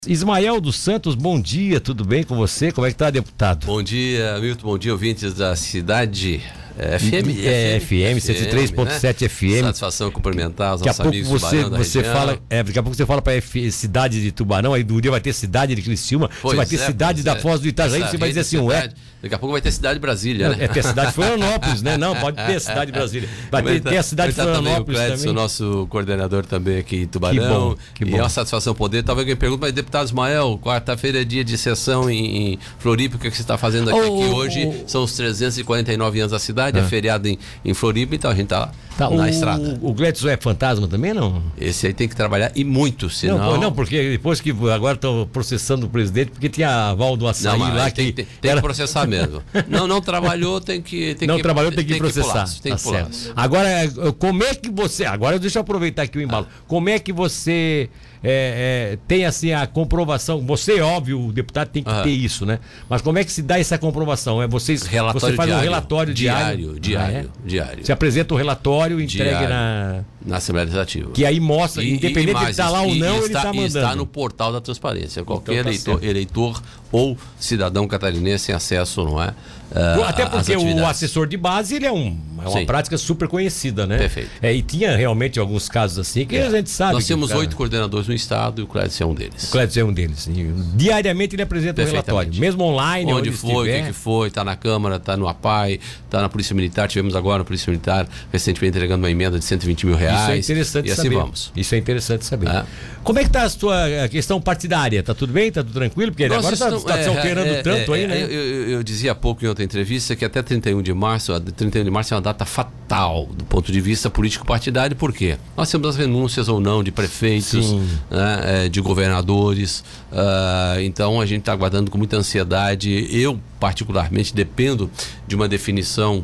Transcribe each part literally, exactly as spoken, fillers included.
Ismael dos Santos, bom dia, tudo bem com você? Como é que tá, deputado? Bom dia, Milton, bom dia, ouvintes da cidade é, F M. É, F M, cento e três ponto sete, né? F M. Satisfação cumprimentar os nossos amigos você, Tubarão da você região. Fala, é, daqui a pouco você fala para cidade de Tubarão, aí do dia vai ter cidade de Criciúma, pois você vai ter é, cidade da é. Foz do Itajaí, você vai dizer assim, ué... Daqui a pouco vai ter cidade de Brasília, né? É, ter cidade de Florianópolis, né? Não, pode ter cidade de Brasília. Vai ter, ter a cidade de Florianópolis também. O Clédson, nosso coordenador também aqui em Tubarão. Que bom, que bom. E é uma satisfação poder. Talvez alguém pergunte, mas deputado Ismael, quarta-feira é dia de sessão em, em Floripa, o que você está fazendo aqui? Oh, aqui hoje oh, são os trezentos e quarenta e nove anos da cidade, ah. é feriado em, em Floripa, então a gente está tá, na o, estrada. O Gledson é fantasma também, não? Esse aí tem que trabalhar e muito, senão... Não, não porque depois que agora estão processando o presidente, porque tinha aval do açaí não, lá tem, que... Tem, tem era... que processar mesmo. Não, não trabalhou, tem que... Tem não que, trabalhou, tem que tem processar. Que tem tá que pular. Agora, como é que você... Agora deixa eu aproveitar aqui o embalo. Ah. Como é que você... É, é, tem assim a comprovação, você, óbvio, o deputado tem que ah. ter isso, né? Mas como é que se dá essa comprovação? É vocês, relatório você faz diário, um relatório diário? Diário, diário, ah, é? diário. Você apresenta o relatório e entrega na... na Assembleia Legislativa. Que aí mostra, e, independente de estar lá ou não, ele está mandando. Está no portal da transparência. Qualquer então, tá eleitor, eleitor ou cidadão catarinense tem acesso, não é? Uh, Até porque o assessor de base, ele é, um, é uma Sim. prática super conhecida, né? Perfeito. É, e tinha realmente alguns casos assim que é. a gente sabe. Nós temos cara... oito coordenadores no estado e o Clédson é um deles. O Clédson é um deles. E, diariamente ele apresenta o relatório, mesmo online. Onde, onde foi, o que, que foi, está na Câmara, está no A P A I, está na Polícia Militar, tivemos agora na Polícia Militar, recentemente entregando uma emenda de cento e vinte mil reais. Isso é interessante e assim saber. vamos. Isso é interessante saber. É. Como é que está a sua questão partidária? Está tudo bem? Está tudo tranquilo? Porque Nós agora está tá se alterando é, tanto é, aí, é, né? Eu, eu, eu dizia há pouco em outra entrevista que até trinta e um de março, trinta e um de março é uma data fatal do ponto de vista político-partidário, por quê? Nós temos as renúncias ou não de prefeitos, né, de governadores, uh, então a gente está aguardando com muita ansiedade. Eu, particularmente, dependo de uma definição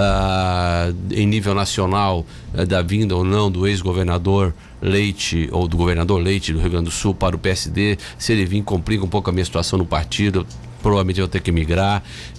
uh, em nível nacional uh, da vinda ou não do ex-governador Leite, ou do governador Leite do Rio Grande do Sul para o P S D. Se ele vir, complica um pouco a minha situação no partido, provavelmente eu vou ter que migrar.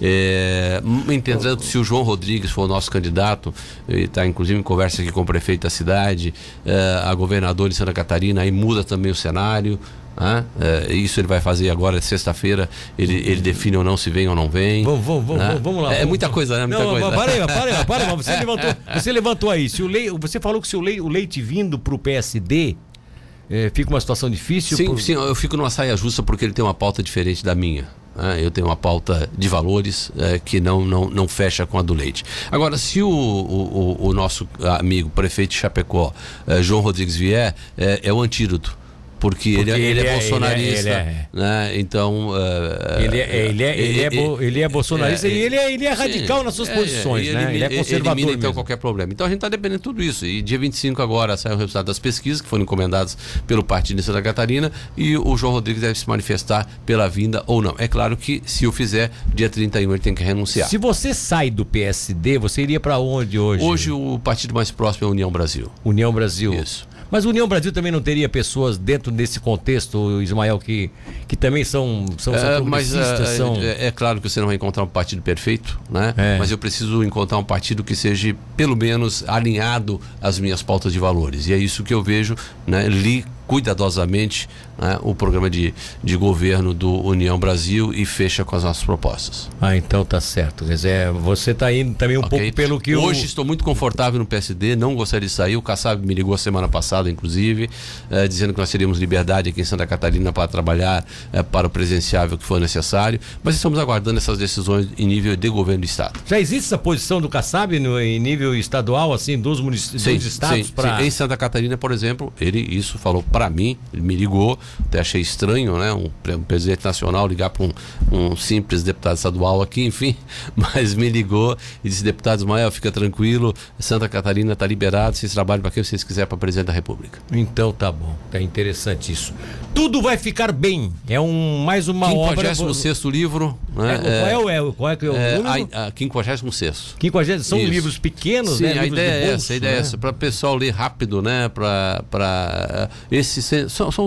É, entendendo se o João Rodrigues for o nosso candidato, ele está inclusive em conversa aqui com o prefeito da cidade, é, a governadora de Santa Catarina, aí muda também o cenário. Ah, é, isso ele vai fazer agora, sexta-feira, ele, ele define ou não se vem ou não vem. Vamos, vamos, ah, vamos lá. É vamos, muita coisa, né? Muita não, coisa. Para aí, para aí, para aí, você levantou, você levantou aí. Se o Leite, você falou que se o Leite, o Leite vindo para o P S D, é, fica uma situação difícil? Sim, por... sim, eu fico numa saia justa porque ele tem uma pauta diferente da minha. Eu tenho uma pauta de valores é, que não, não, não fecha com a do Leite. Agora, se o, o, o nosso amigo prefeito de Chapecó, é, João Rodrigues vier, é, é o antídoto. Porque, porque ele, ele, ele é bolsonarista, ele é, ele é. Né? Então uh, ele, é, ele, é, ele, é, bo, ele é bolsonarista é, e ele é, ele é radical sim, nas suas é, posições, né? Ele, ele é conservador elimina, então, qualquer problema. Então a gente está dependendo de tudo isso. E dia vinte e cinco agora sai o resultado das pesquisas que foram encomendadas pelo partido de Santa Catarina e o João Rodrigues deve se manifestar pela vinda ou não. É claro que se o fizer, dia trinta e um ele tem que renunciar. Se você sai do P S D, você iria para onde hoje? Hoje o partido mais próximo é a União Brasil. União Brasil. Isso. Mas a União Brasil também não teria pessoas dentro desse contexto, Ismael, que, que também são, são, são é, mas é, são... É, é claro que você não vai encontrar um partido perfeito, né? É. Mas eu preciso encontrar um partido que seja, pelo menos, alinhado às minhas pautas de valores. E é isso que eu vejo, né? Li cuidadosamente, né, o programa de, de governo do União Brasil e fecha com as nossas propostas. Ah, então tá certo. Quer dizer, você tá indo também um okay. pouco pelo que Hoje o... estou muito confortável no P S D, não gostaria de sair. O Kassab me ligou semana passada, inclusive, eh, dizendo que nós teríamos liberdade aqui em Santa Catarina para trabalhar eh, para o presenciável que for necessário, mas estamos aguardando essas decisões em nível de governo do Estado. Já existe essa posição do Kassab no, em nível estadual, assim, dos, munic... sim, dos estados? Sim, pra... sim. Em Santa Catarina, por exemplo, ele isso falou para mim, ele me ligou, até achei estranho, né? Um, um presidente nacional ligar para um, um simples deputado estadual aqui, enfim, mas me ligou e disse: deputado Ismael, fica tranquilo, Santa Catarina está liberado, vocês trabalham para quem vocês quiserem para presidente da República. Então tá bom, tá interessante isso. Tudo vai ficar bem, é um, mais uma obra... quinquagésimo sexto livro, né? É, qual é o, qual é, qual é o é, a, a quinquagésimo sexto. quinquagésimo, são isso. Livros pequenos, sim, né? A ideia é bolso, essa, a ideia né? é essa, para o pessoal ler rápido, né? Para esses são, são os meus livros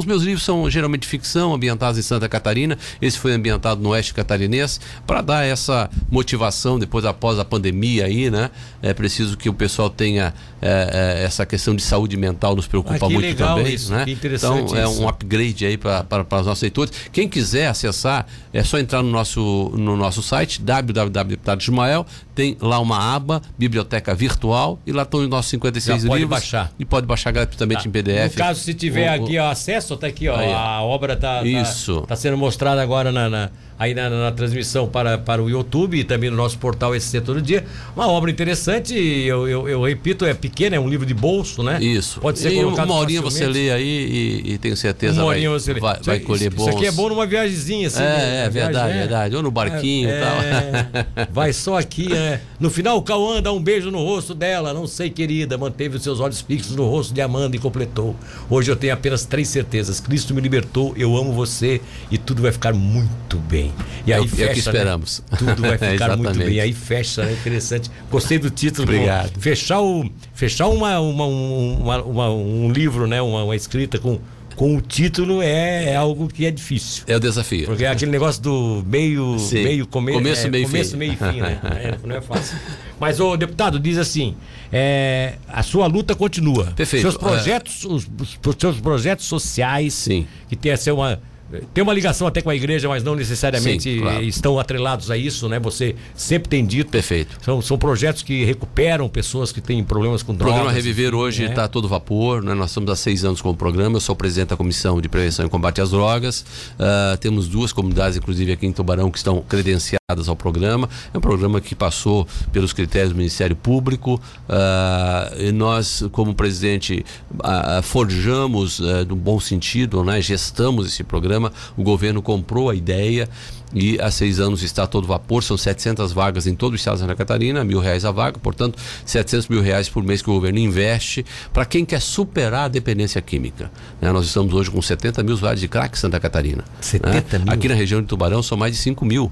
são geralmente ficção, ambientados em Santa Catarina. Esse foi ambientado no oeste catarinense, para dar essa motivação depois, após a pandemia aí, né? É preciso que o pessoal tenha é, é, essa questão de saúde mental, nos preocupa ah, muito legal também, isso, né? Que interessante. Então é isso. um upgrade aí para os nossos leitores. Quem quiser acessar, é só entrar no nosso, no nosso site w w w ponto deputado Ismael, tem lá uma aba, biblioteca virtual, e lá estão os nossos cinquenta e seis Já pode livros. Baixar. E pode baixar gratuitamente tá. em P D F. No caso, se tiver o, aqui ó, acesso, tá aqui, ó, aí, a obra tá, isso. tá, tá sendo mostrada agora na, na, aí na, na, na transmissão para, para o YouTube e também no nosso portal S C Todo Dia. Uma obra interessante, eu, eu, eu repito, é pequena, é um livro de bolso, né? Isso. Pode ser e colocado uma horinha facilmente. você lê aí e, e tenho certeza uma vai, você lê. vai, vai colher bons. Isso aqui é bom numa viagemzinha, assim. É, né? é verdade, viagem, verdade. Ou no barquinho e é, tal. É, vai só aqui, né? No final, o Cauã dá um beijo no rosto dela. Não sei, querida, manteve os seus olhos fixos no rosto de Amanda e completou. Hoje eu tenho apenas três certezas. Cristo me libertou, eu amo você e tudo vai ficar muito bem. E aí é, fecha, é o que esperamos. Né? Tudo vai ficar é, muito bem. Aí fecha, né? Interessante. Gostei do título. Obrigado. Com, fechar o, fechar uma, uma, uma, uma, um livro, né? Uma, uma escrita com... com o título é, é algo que é difícil. É o desafio. Porque é aquele negócio do meio, Sim. meio come, começo, é, meio começo, fim. meio e fim, né? É, não é fácil. Mas o deputado diz assim, é, a sua luta continua. Perfeito. Seus projetos, é... os, os seus projetos sociais, sim, que tem a ser uma tem uma ligação até com a igreja, mas não necessariamente Sim, claro. estão atrelados a isso, né? Você sempre tem dito. Perfeito. São, são projetos que recuperam pessoas que têm problemas com drogas. O programa Reviver hoje está né? a todo vapor, né? Nós estamos há seis anos com o programa, eu sou presidente da Comissão de Prevenção e Combate às Drogas. Uh, temos duas comunidades, inclusive aqui em Tubarão, que estão credenciadas ao programa. É um programa que passou pelos critérios do Ministério Público. Uh, e nós, como presidente, uh, forjamos, uh, no bom sentido, né? Gestamos esse programa. O governo comprou a ideia e há seis anos está a todo vapor. São setecentas vagas em todo o estado de Santa Catarina, mil reais a vaga, portanto setecentos mil reais por mês que o governo investe para quem quer superar a dependência química, né? Nós estamos hoje com setenta mil usuários de crack em Santa Catarina, setenta né? mil? Aqui na região de Tubarão são mais de cinco mil.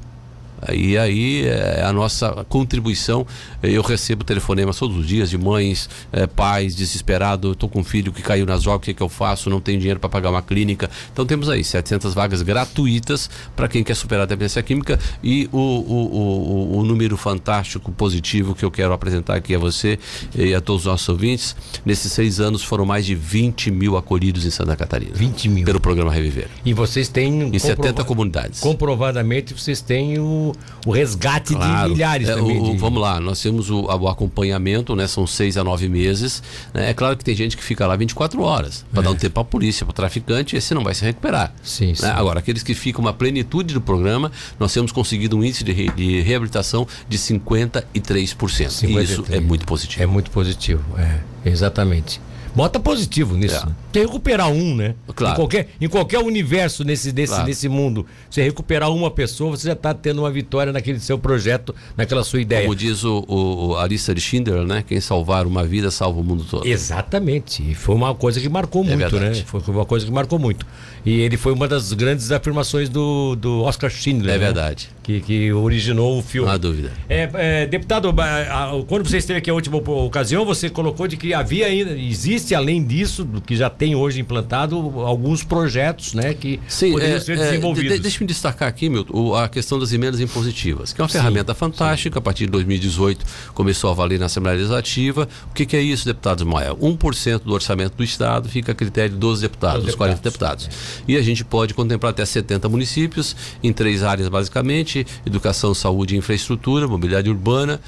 E aí é a nossa contribuição. Eu recebo telefonemas todos os dias de mães, é, pais desesperados. Estou com um filho que caiu nas drogas, o que, é que eu faço? Não tenho dinheiro para pagar uma clínica. Então temos aí setecentas vagas gratuitas para quem quer superar a dependência química. E o, o, o, o número fantástico, positivo que eu quero apresentar aqui a você e a todos os nossos ouvintes: nesses seis anos foram mais de vinte mil acolhidos em Santa Catarina. vinte mil. Pelo programa Reviver. E vocês têm... Em setenta comunidades. Comprovadamente vocês têm o o resgate claro. de milhares é, também. O, de... Vamos lá, nós temos o, o acompanhamento, né? São seis a nove meses. Né? É claro que tem gente que fica lá vinte e quatro horas para é. dar um tempo para a polícia, para o traficante, esse não vai se recuperar. Sim, sim. Né? Agora, aqueles que ficam uma plenitude do programa, nós temos conseguido um índice de, re, de reabilitação de cinquenta e três por cento. cinquenta e três. Isso é muito positivo. É muito positivo, é, exatamente. Bota positivo nisso. É. Né? Tem que recuperar um, né? Claro. Em qualquer, em qualquer universo nesse, desse, claro. nesse mundo, você recuperar uma pessoa, você já está tendo uma vitória naquele seu projeto, naquela sua ideia. Como diz o, o, o Arista de Schindler, né? Quem salvar uma vida salva o mundo todo. Exatamente. E foi uma coisa que marcou é muito, verdade. né? Foi uma coisa que marcou muito. E ele foi uma das grandes afirmações do, do Oscar Schindler. É né? verdade. Que, que originou o filme. Não há dúvida. É, é, deputado, quando você esteve aqui a última ocasião, você colocou de que havia ainda, existe além disso, do que já tem hoje implantado, alguns projetos, né, que Sim, poderiam é, ser é, desenvolvidos. De, deixa eu me destacar aqui, Milton, a questão das emendas impositivas, que é uma sim, ferramenta fantástica. Sim. A partir de dois mil e dezoito começou a valer na Assembleia Legislativa. O que, que é isso, deputado Ismael? um por cento do orçamento do Estado fica a critério dos deputados, dos quarenta deputados. É. E a gente pode contemplar até setenta municípios, em três áreas basicamente: educação, saúde e infraestrutura, mobilidade urbana.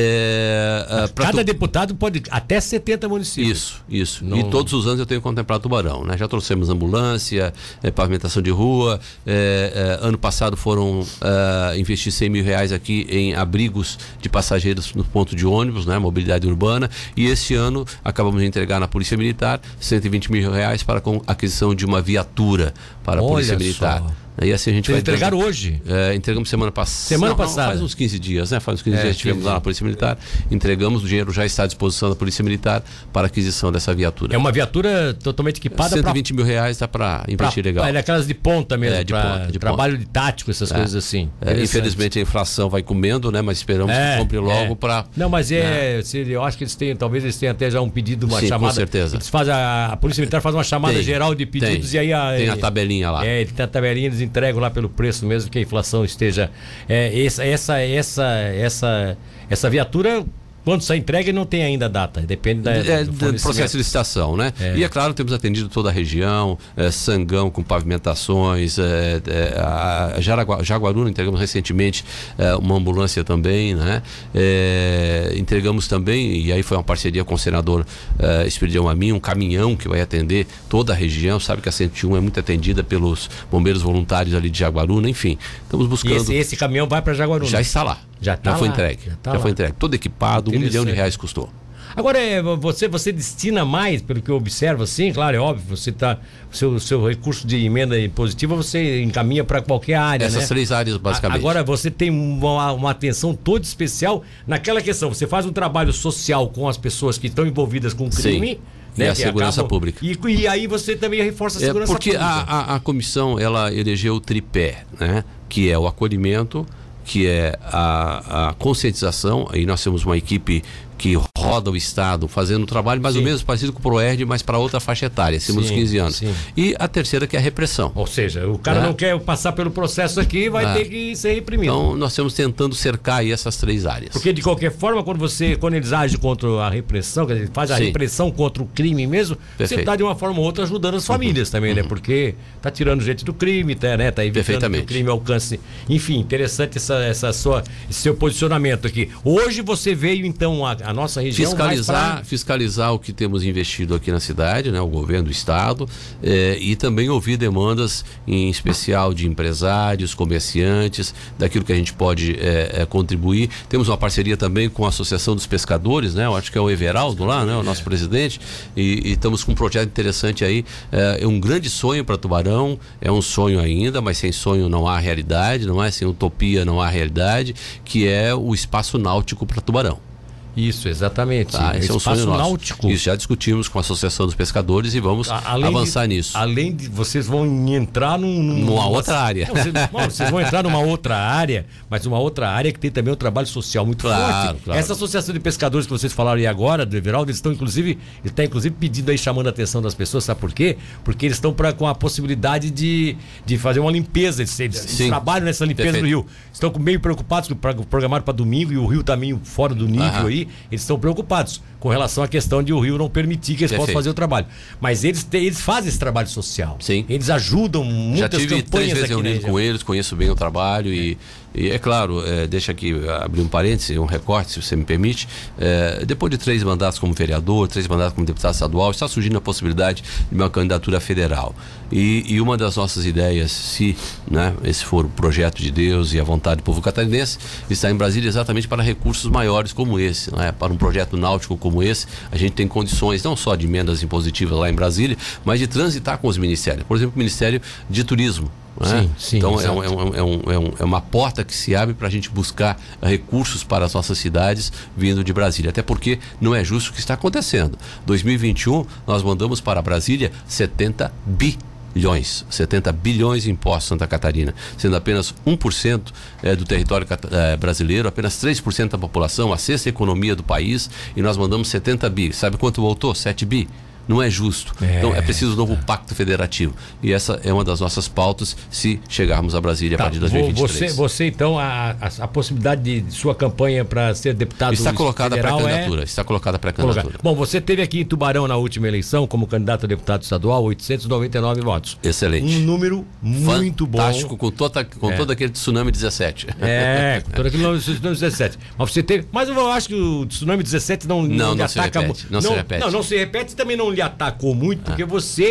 É, Cada tu... deputado pode até setenta municípios. Isso, isso. Não... E todos os anos eu tenho contemplado Tubarão, né? Já trouxemos ambulância, é, pavimentação de rua. É, é, ano passado foram é, investir cem mil reais aqui em abrigos de passageiros no ponto de ônibus, né? Mobilidade urbana. E esse ano acabamos de entregar na Polícia Militar cento e vinte mil reais para a aquisição de uma viatura para a Olha Polícia Militar. Só. Aí assim a gente Vocês vai entregaram dando, hoje? É, entregamos semana passada. Semana não, passada. Não, faz uns quinze dias, né? Faz uns quinze é, dias que estivemos quinze lá na Polícia Militar, entregamos, o dinheiro já está à disposição da Polícia Militar para a aquisição dessa viatura. É uma viatura totalmente equipada cento e vinte mil reais dá para investir pra, legal. É daquelas de ponta mesmo, é, de pra ponta, de trabalho ponta. de tático, essas é. coisas assim. É, infelizmente a inflação vai comendo, né? Mas esperamos é, que compre logo é. para... Não, mas é, se, eu acho que eles têm, talvez eles tenham até já um pedido, uma Sim, chamada. com certeza. Eles fazem a, a Polícia Militar faz uma chamada tem, geral de pedidos tem, e aí a, tem a tabelinha lá. É, tem a tabelinha, eles entregam lá pelo preço mesmo que a inflação esteja. É, essa, essa, essa, essa, essa viatura. Quando sai entrega não tem ainda data, depende da, é, do, do processo de licitação, né? É. E é claro, temos atendido toda a região, é, Sangão com pavimentações, é, é, a Jaraguá, Jaguaruna entregamos recentemente é, uma ambulância também, né? É, entregamos também, e aí foi uma parceria com o senador é, Espiridião Amin, um caminhão que vai atender toda a região, sabe que a cento e um é muito atendida pelos bombeiros voluntários ali de Jaguaruna, enfim, estamos buscando... E esse, esse caminhão vai para Jaguaruna? Já está lá. Já, tá já foi lá, entregue. Já, tá já foi entregue. Todo equipado, um milhão de reais custou. Agora, você, você destina mais, pelo que eu observo, assim, claro, é óbvio, você tá. O seu, seu recurso de emenda impositiva você encaminha para qualquer área. Essas né? três áreas, basicamente. Agora, você tem uma, uma atenção toda especial naquela questão. Você faz um trabalho social com as pessoas que estão envolvidas com o crime. Sim. Né, e a segurança acabam, pública. E, e aí você também reforça a segurança é porque pública. Porque a, a, a comissão, ela elegeu o tripé, né? Que é o acolhimento, que é a, a conscientização, aí nós temos uma equipe que roda o Estado fazendo um trabalho mais sim. ou menos parecido com o PROERD, mas para outra faixa etária, acima sim, dos quinze anos. Sim. E a terceira que é a repressão. Ou seja, o cara é. não quer passar pelo processo aqui, vai é. ter que ser reprimido. Então nós estamos tentando cercar aí essas três áreas. Porque de qualquer forma, quando você, quando eles agem contra a repressão, quer dizer, faz a sim. repressão contra o crime mesmo, Perfeito. você está de uma forma ou outra ajudando as famílias uhum. também, né? Uhum. Porque está tirando gente do crime, tá, né? Tá evitando que o crime alcance. Enfim, interessante essa, essa sua, esse seu posicionamento aqui. Hoje você veio então a, a nossa região fiscalizar, pra... fiscalizar o que temos investido aqui na cidade, né, o governo do estado, eh, e também ouvir demandas, em especial de empresários, comerciantes, daquilo que a gente pode eh, eh, contribuir. Temos uma parceria também com a Associação dos Pescadores, né, eu acho que é o Everaldo lá, né, o nosso é. presidente, e, e estamos com um projeto interessante aí. É, é um grande sonho para Tubarão, é um sonho ainda, mas sem sonho não há realidade, não é? Sem utopia não há realidade, que é o espaço náutico para Tubarão. Isso, exatamente. Tá, esse é um sonho náutico. Isso, já discutimos com a Associação dos Pescadores e vamos além avançar de, nisso. Além de vocês vão entrar num, num, numa numa outra área. Não, vocês, bom, vocês vão entrar numa outra área, mas uma outra área que tem também um trabalho social muito claro, forte. Claro. Essa Associação de Pescadores que vocês falaram aí agora, do Everaldo, eles estão inclusive, ele está inclusive pedindo aí, chamando a atenção das pessoas, sabe por quê? Porque eles estão pra, com a possibilidade de, de fazer uma limpeza, eles, eles trabalham nessa limpeza Perfeito. do rio. Estão meio preocupados, programaram para domingo e o rio está meio fora do nível Aham. aí, eles estão preocupados com relação à questão de o Rio não permitir que eles Perfeito. possam fazer o trabalho. Mas eles, te, eles fazem esse trabalho social. Sim. Eles ajudam muitas Já tive campanhas três vezes aqui reunido com eles, conheço bem o trabalho é. e, e é claro, é, deixa aqui abrir um parêntese, um recorte, se você me permite. É, depois de três mandatos como vereador, três mandatos como deputado estadual, está surgindo a possibilidade de uma candidatura federal. E, e uma das nossas ideias, se né, esse for o projeto de Deus e a vontade do povo catarinense, está em Brasília exatamente para recursos maiores como esse, né, para um projeto náutico como esse. A gente tem condições não só de emendas impositivas lá em Brasília, mas de transitar com os ministérios. Por exemplo, o Ministério de Turismo. Né? Sim, sim, então é, um, é, um, é, um, é, um, é uma porta que se abre para a gente buscar recursos para as nossas cidades vindo de Brasília. Até porque não é justo o que está acontecendo. dois mil e vinte e um nós mandamos para Brasília setenta bilhões, setenta bilhões em impostos Santa Catarina, sendo apenas um por cento é, do território é, brasileiro, apenas três por cento da população, a sexta economia do país, e nós mandamos setenta bi. Sabe quanto voltou? sete bi. Não é justo. É. Então é preciso um novo pacto federativo. E essa é uma das nossas pautas se chegarmos a Brasília tá, a partir de dois mil e vinte e três. Você, você então, a, a, a possibilidade de, de sua campanha para ser deputado está colocada para candidatura. É... Está colocada para candidatura. Bom, você teve aqui em Tubarão na última eleição como candidato a deputado estadual, oitocentos e noventa e nove votos. Excelente. Um número muito bom. Fantástico, com, toda, com é. todo aquele tsunami dezessete. É, com todo aquele tsunami dezessete. Mas você teve. Mas eu acho que o tsunami dezessete não, não, não, não lhe não ataca muito. Não, não se repete. Não, não se repete e também não lhe atacou muito. Porque você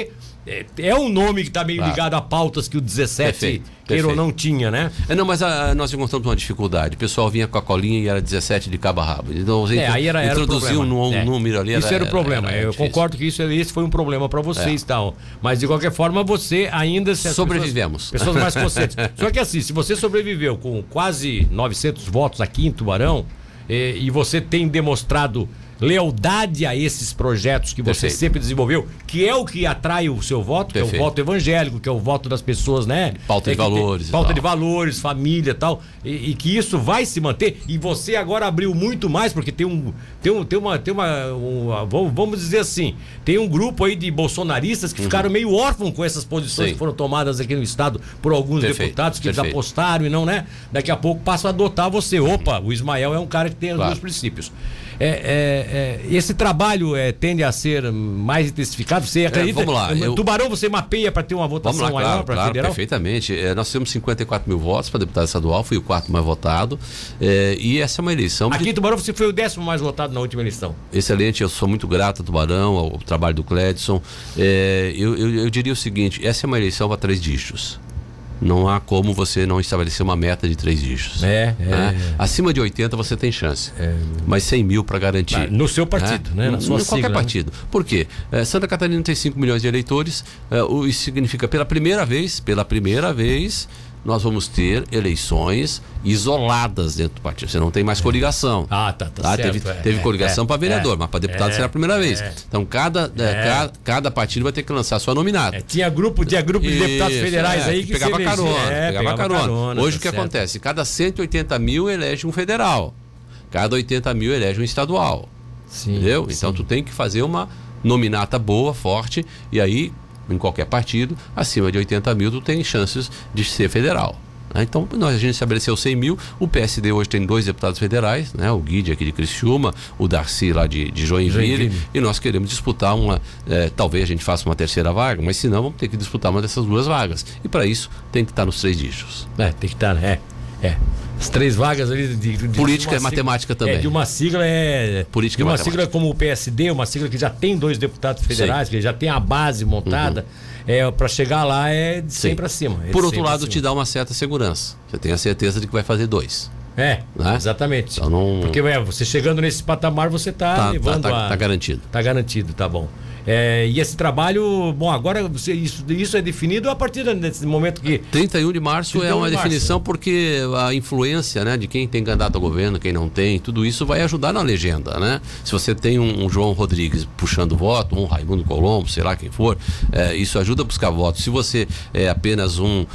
é, é um nome que está meio claro. ligado a pautas que o dezessete, perfeito, queira ou não, tinha, né? É, não, mas a, a, nós encontramos uma dificuldade. O pessoal vinha com a colinha e era dezessete de cabo a rabo. Então, a gente é, aí era, era introduziu um é. número ali. Isso era, era o problema. Era, era Eu difícil. concordo que isso, esse foi um problema para vocês, é. tal. Mas, de qualquer forma, você ainda... Se sobrevivemos. Pessoas, pessoas mais conscientes. Só que assim, se você sobreviveu com quase novecentos votos aqui em Tubarão, e, e você tem demonstrado lealdade a esses projetos que você Perfeito. sempre desenvolveu, que é o que atrai o seu voto, Perfeito. que é o voto evangélico, que é o voto das pessoas, né? Pauta é de valores. Tem, pauta de valores, família e tal, e, e que isso vai se manter, e você agora abriu muito mais, porque tem um, tem um, tem uma, tem uma, uma vamos dizer assim, tem um grupo aí de bolsonaristas que uhum. ficaram meio órfãos com essas posições Sim. que foram tomadas aqui no estado por alguns Perfeito. deputados que Perfeito. eles apostaram e não, né? Daqui a pouco passam a adotar você. Opa, o Ismael é um cara que tem os claro. dois princípios. É, é, é, esse trabalho é, tende a ser mais intensificado? Você acredita? É, vamos lá. Eu... Tubarão você mapeia para ter uma votação vamos lá, maior claro, para claro, federal? Perfeitamente. É, nós temos cinquenta e quatro mil votos para deputado estadual, fui o quarto mais votado. É, e essa é uma eleição. Aqui de... em Tubarão você foi o décimo mais votado na última eleição. Excelente, eu sou muito grato a Tubarão, ao trabalho do Clédson. É, eu, eu, eu diria o seguinte: essa é uma eleição para três dígitos. Não há como você não estabelecer uma meta de três dígitos. É, é, né? é. Acima de oitenta você tem chance. É. Mas cem mil para garantir. No seu partido, né? né? Na sua Em qualquer sigla, partido. Né? Por quê? É, Santa Catarina tem cinco milhões de eleitores. É, isso significa, pela primeira vez, pela primeira vez, nós vamos ter eleições isoladas dentro do partido. Você não tem mais coligação. Ah, tá, tá, tá? certo. Teve, é, teve coligação é, para vereador, é, mas para deputado é, será a primeira vez. É, então, cada, é. cada, cada partido vai ter que lançar sua nominata. É, tinha grupo, tinha grupo de Isso, deputados federais é, aí que que pegava carona, é, pegava, pegava carona. carona. Hoje tá o que certo. acontece? Cada cento e oitenta mil elege um federal. Cada oitenta mil elege um estadual. Sim, entendeu? sim. Então tu tem que fazer uma nominata boa, forte, e aí, em qualquer partido, acima de oitenta mil, tu tem chances de ser federal. Então, nós, a gente estabeleceu cem mil. O P S D hoje tem dois deputados federais, né? O Guide aqui de Criciúma, o Darcy lá de, de Joinville, Joinville, e nós queremos disputar uma, é, talvez a gente faça uma terceira vaga, mas se não, vamos ter que disputar uma dessas duas vagas. E para isso, tem que estar nos três dígitos. É, tem que estar, né? É. é. As três vagas ali de, de política de é matemática sigla, também. É, de uma sigla é. Política de uma é matemática. sigla como o P S D, uma sigla que já tem dois deputados federais, Sim. que já tem a base montada. Uhum. É, para chegar lá é de cem para cima. É Por outro lado, te dá uma certa segurança. Você tem a certeza de que vai fazer dois. É, né? Exatamente. Então não... Porque é, você chegando nesse patamar, você está tá, levando tá, tá, a... tá garantido. Tá garantido, tá bom. É, e esse trabalho, bom, agora você, isso, isso é definido a partir desse momento que... trinta e um de março é uma definição, porque a influência, né, de quem tem candidato ao governo, quem não tem, tudo isso vai ajudar na legenda, né? Se você tem um, um João Rodrigues puxando voto, um Raimundo Colombo, sei lá quem for, é, isso ajuda a buscar votos. Se você é apenas um,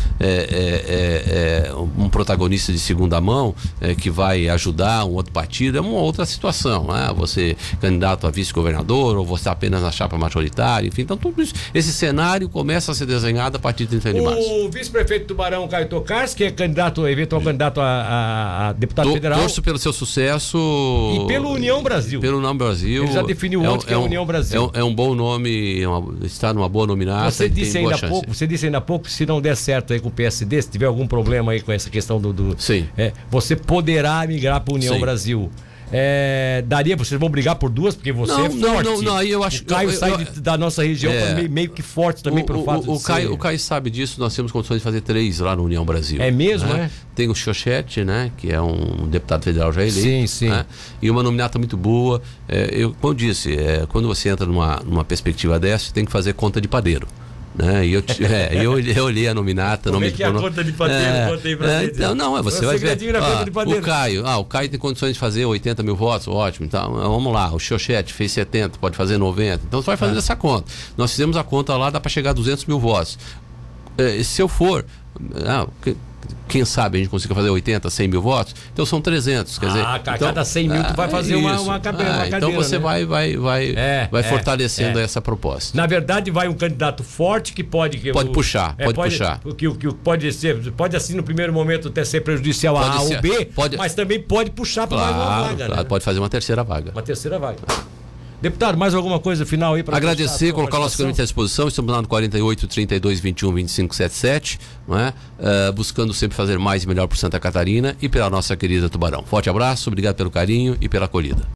é, é, é, um protagonista de segunda mão, é, que vai ajudar um outro partido, é uma outra situação, né? Você candidato a vice-governador, ou você apenas na chapa majoritária, enfim, então tudo isso, esse cenário começa a ser desenhado a partir de trinta e um de março. O vice-prefeito Tubarão, Caio Tokarski, que é candidato, eventual candidato a, a, a deputado Tô, federal. Torço pelo seu sucesso. E pelo União Brasil. Pelo União Brasil. Ele já definiu ontem é, que é, é um, União Brasil. É um, é um bom nome, é uma, está numa boa nominata. Você disse ainda há pouco, você disse ainda há pouco, se não der certo aí com o P S D, se tiver algum problema aí com essa questão do... do Sim. É, você poderá migrar para a União Sim. Brasil. É, daria, vocês vão brigar por duas, porque você não, é forte. Não, não, não, aí eu acho o Caio eu, eu, sai eu, de, da nossa região é, meio, meio que forte também o, pelo o, fato o, de Caio, ser... O Caio sabe disso, nós temos condições de fazer três lá no União Brasil. É mesmo, né? é? Tem o Xochete, né, que é um deputado federal já eleito. Sim, sim. Né? E uma nominata muito boa. É, eu, como eu disse, é, quando você entra numa, numa perspectiva dessa, você tem que fazer conta de padeiro. Né? E eu, é, eu, eu olhei a nominata. Como não é me, que é a não, conta de padeiro? É, conta aí pra é, gente. Então, não, é, você vai ver. Ah, o Caio, ah, o Caio tem condições de fazer oitenta mil votos, ótimo. Então, vamos lá. O Xochete fez setenta, pode fazer noventa. Então, você vai fazendo ah. essa conta. Nós fizemos a conta lá, dá para chegar a duzentos mil votos. É, se eu for. Ah, quem sabe a gente consiga fazer oitenta, cem mil votos, então são trezentos, quer ah, dizer... a então, cada cem mil tu vai fazer uma, uma, cabe, ah, uma cadeira, então você né? vai, vai, vai, é, vai é, fortalecendo é. essa proposta. Na verdade vai um candidato forte que pode... Que pode o, puxar, é, pode, pode puxar. Que, que pode ser, pode assim no primeiro momento até ser prejudicial a A ou B, pode, mas também pode puxar para claro, mais uma vaga. Claro, né? Pode fazer uma terceira vaga. Uma terceira vaga. Deputado, mais alguma coisa final aí para agradecer, colocar o nosso gabinete à disposição. Estamos lá no quarenta e oito, trinta e dois, vinte e um, vinte e cinco, setenta e sete, não é? Uh, buscando sempre fazer mais e melhor por Santa Catarina e pela nossa querida Tubarão. Forte abraço, obrigado pelo carinho e pela acolhida.